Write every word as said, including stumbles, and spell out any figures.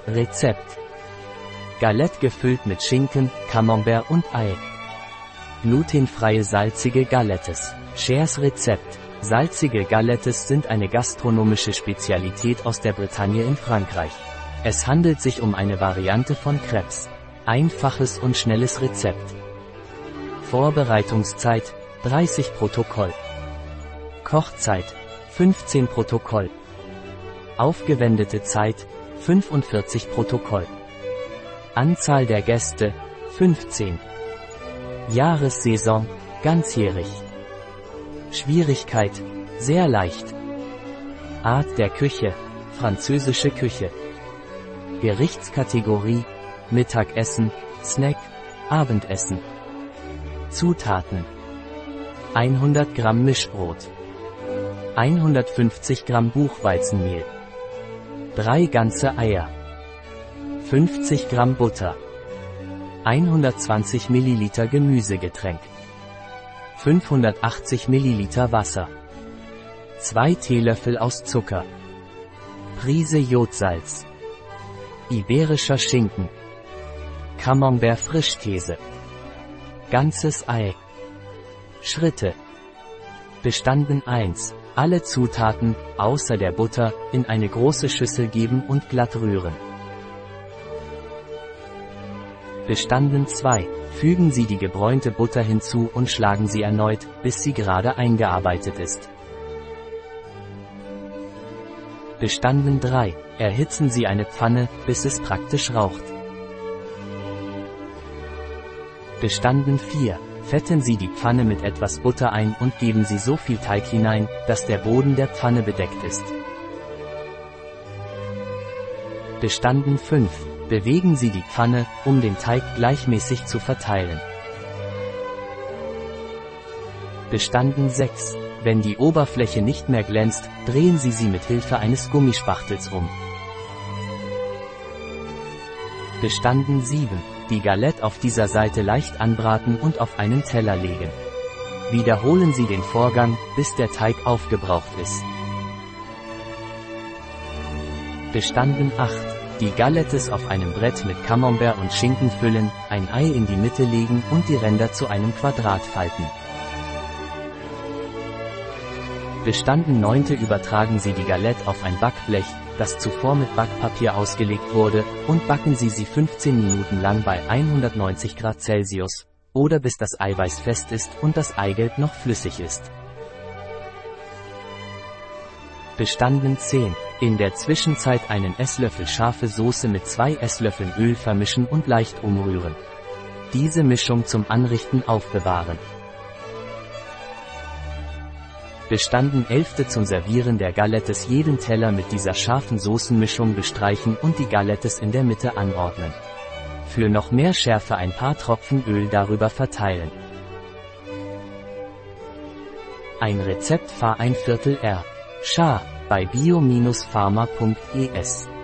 Rezept: Galette gefüllt mit Schinken, Camembert und Ei. Glutenfreie salzige Galettes. Chers Rezept: Salzige Galettes sind eine gastronomische Spezialität aus der Bretagne in Frankreich. Es handelt sich um eine Variante von Crêpes. Einfaches und schnelles Rezept. Vorbereitungszeit: dreißig Protokoll. Kochzeit: fünfzehn Protokoll. Aufgewendete Zeit: fünfundvierzig Protokoll. Anzahl der Gäste: fünfzehn. Jahressaison: ganzjährig. Schwierigkeit: sehr leicht. Art der Küche: französische Küche. Gerichtskategorie: Mittagessen, Snack, Abendessen. Zutaten: hundert Gramm Mischbrot, hundertfünfzig Gramm Buchweizenmehl, drei ganze Eier, fünfzig Gramm Butter, hundertzwanzig Milliliter Gemüsegetränk, fünfhundertachtzig Milliliter Wasser, zwei Teelöffel aus Zucker, Prise Jodsalz, iberischer Schinken, Camembert Frischkäse, ganzes Ei. Schritte: Bestanden eins. Alle Zutaten, außer der Butter, in eine große Schüssel geben und glatt rühren. Bestanden zwei. Fügen Sie die gebräunte Butter hinzu und schlagen Sie erneut, bis sie gerade eingearbeitet ist. Bestanden drei. Erhitzen Sie eine Pfanne, bis es praktisch raucht. Bestanden vier. Fetten Sie die Pfanne mit etwas Butter ein und geben Sie so viel Teig hinein, dass der Boden der Pfanne bedeckt ist. Bestanden fünf. Bewegen Sie die Pfanne, um den Teig gleichmäßig zu verteilen. Bestanden sechs. Wenn die Oberfläche nicht mehr glänzt, drehen Sie sie mit Hilfe eines Gummispachtels um. Bestanden sieben. Die Galette auf dieser Seite leicht anbraten und auf einen Teller legen. Wiederholen Sie den Vorgang, bis der Teig aufgebraucht ist. Bestanden acht. Die Galettes auf einem Brett mit Camembert und Schinken füllen, ein Ei in die Mitte legen und die Ränder zu einem Quadrat falten. Bestanden neun. Übertragen Sie die Galette auf ein Backblech, das zuvor mit Backpapier ausgelegt wurde, und backen Sie sie fünfzehn Minuten lang bei hundertneunzig Grad Celsius, oder bis das Eiweiß fest ist und das Eigelb noch flüssig ist. Bestanden zehn. In der Zwischenzeit einen Esslöffel scharfe Soße mit zwei Esslöffeln Öl vermischen und leicht umrühren. Diese Mischung zum Anrichten aufbewahren. Bestanden elf. Zum Servieren der Galettes jeden Teller mit dieser scharfen Soßenmischung bestreichen und die Galettes in der Mitte anordnen. Für noch mehr Schärfe ein paar Tropfen Öl darüber verteilen. Ein Rezept Fahr ein Viertel R. Schar, bei bio Bindestrich pharma punkt es